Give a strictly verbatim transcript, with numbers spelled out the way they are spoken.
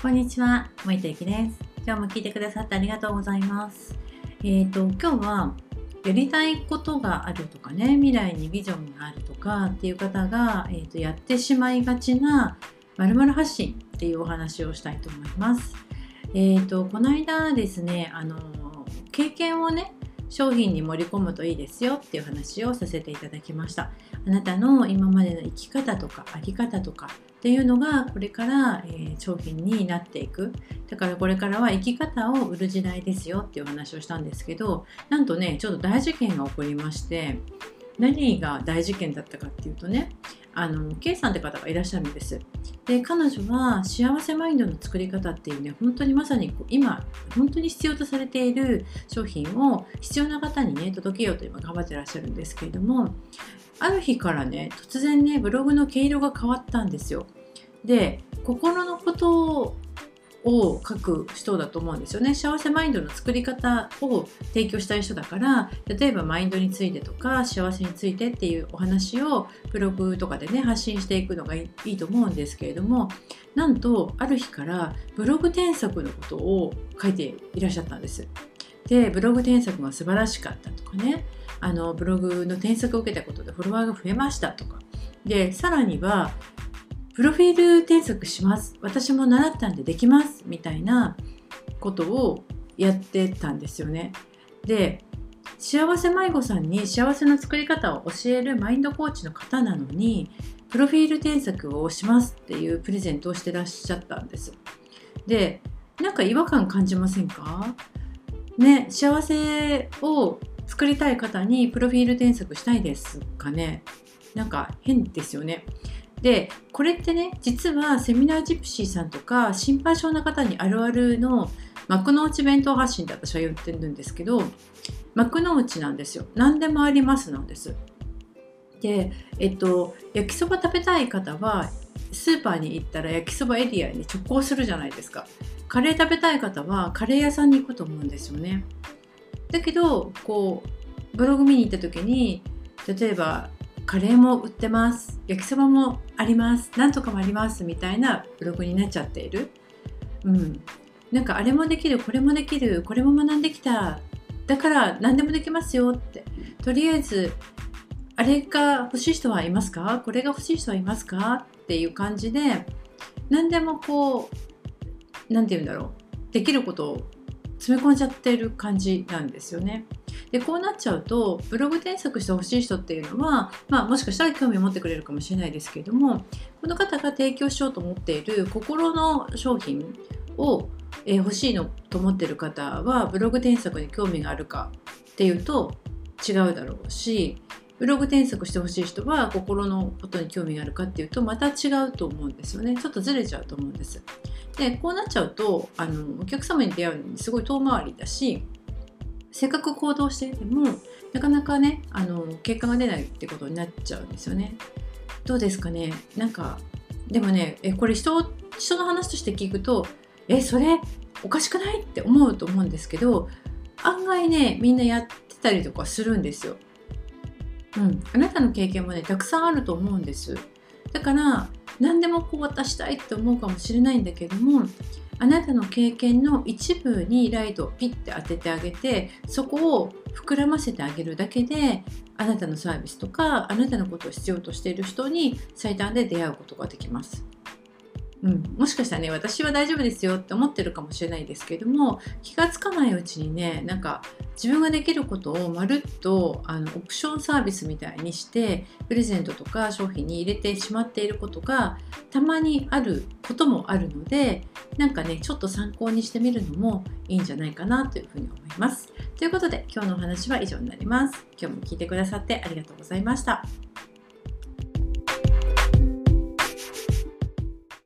こんにちは、森田ゆきです。今日も聞いてくださってありがとうございます。えっと、今日はやりたいことがあるとかね、未来にビジョンがあるとかっていう方が、えーと、やってしまいがちな〇〇発信っていうお話をしたいと思います。えっと、この間ですね、あの、経験をね、商品に盛り込むといいですよっていう話をさせていただきました。あなたの今までの生き方とかあり方とかっていうのがこれから、えー、商品になっていく。だからこれからは生き方を売る時代ですよっていう話をしたんですけど、なんとねちょっと大事件が起こりまして、何が大事件だったかっていうとね、あの K さんって方がいらっしゃるんです。で、彼女は幸せマインドの作り方っていうね、本当にまさにこう今本当に必要とされている商品を必要な方にね届けようと今頑張ってらっしゃるんですけれども、ある日からね突然ねブログの毛色が変わったんですよ。で、心のことを書く人だと思うんですよね。幸せマインドの作り方を提供したい人だから、例えばマインドについてとか幸せについてっていうお話をブログとかでね発信していくのがいいと思うんですけれども、なんとある日からブログ添削のことを書いていらっしゃったんです。で、ブログ添削が素晴らしかったとかね、あのブログの添削を受けたことでフォロワーが増えましたとかで、さらにはプロフィール添削します、私も習ったんでできますみたいなことをやってたんですよね。で、幸せ迷子さんに幸せの作り方を教えるマインドコーチの方なのに、プロフィール添削をしますっていうプレゼントをしてらっしゃったんです。で、なんか違和感感じませんかね。幸せを作りたい方にプロフィール添削したいですかね。なんか変ですよね。で、これってね、実はセミナージプシーさんとか心配性な方にあるあるの幕の内弁当発信って私は言ってるんですけど、幕の内なんですよ。何でもありますなんです。で、えっと、焼きそば食べたい方はスーパーに行ったら焼きそばエリアに直行するじゃないですか。カレー食べたい方はカレー屋さんに行くと思うんですよね。だけど、こうブログ見に行った時に、例えばカレーも売ってます、焼きそばもあります、なんとかもありますみたいなブログになっちゃっている。うん、なんかあれもできる、これもできる、これも学んできた、だから何でもできますよって、とりあえずあれが欲しい人はいますか、これが欲しい人はいますかっていう感じで、何でもこう、なんて言うんだろう、できることを詰め込んじゃってる感じなんですよね。で、こうなっちゃうとブログ添削してほしい人っていうのは、まあ、もしかしたら興味を持ってくれるかもしれないですけれども、この方が提供しようと思っている心の商品を、えー、欲しいのと思っている方はブログ添削に興味があるかっていうと違うだろうし、ブログ添削してほしい人は心のことに興味があるかっていうとまた違うと思うんですよね。ちょっとずれちゃうと思うんです。で、こうなっちゃうとあのお客様に出会うのにすごい遠回りだし、せっかく行動していてもなかなかねあの結果が出ないってことになっちゃうんですよね。どうですかね。なんかでもね、えこれ人人の話として聞くと、えそれおかしくないって思うと思うんですけど、案外ねみんなやってたりとかするんですよ。うん、あなたの経験もねたくさんあると思うんです。だから何でもこう渡したいって思うかもしれないんだけども、あなたの経験の一部にライトをピッて当ててあげて、そこを膨らませてあげるだけで、あなたのサービスとかあなたのことを必要としている人に最短で出会うことができます。うん、もしかしたらね、私は大丈夫ですよって思ってるかもしれないですけども、気がつかないうちにね、なんか自分ができることをまるっとあのオプションサービスみたいにしてプレゼントとか商品に入れてしまっていることがたまにあることもあるので、なんかねちょっと参考にしてみるのもいいんじゃないかなというふうに思います。ということで今日のお話は以上になります。今日も聞いてくださってありがとうございました。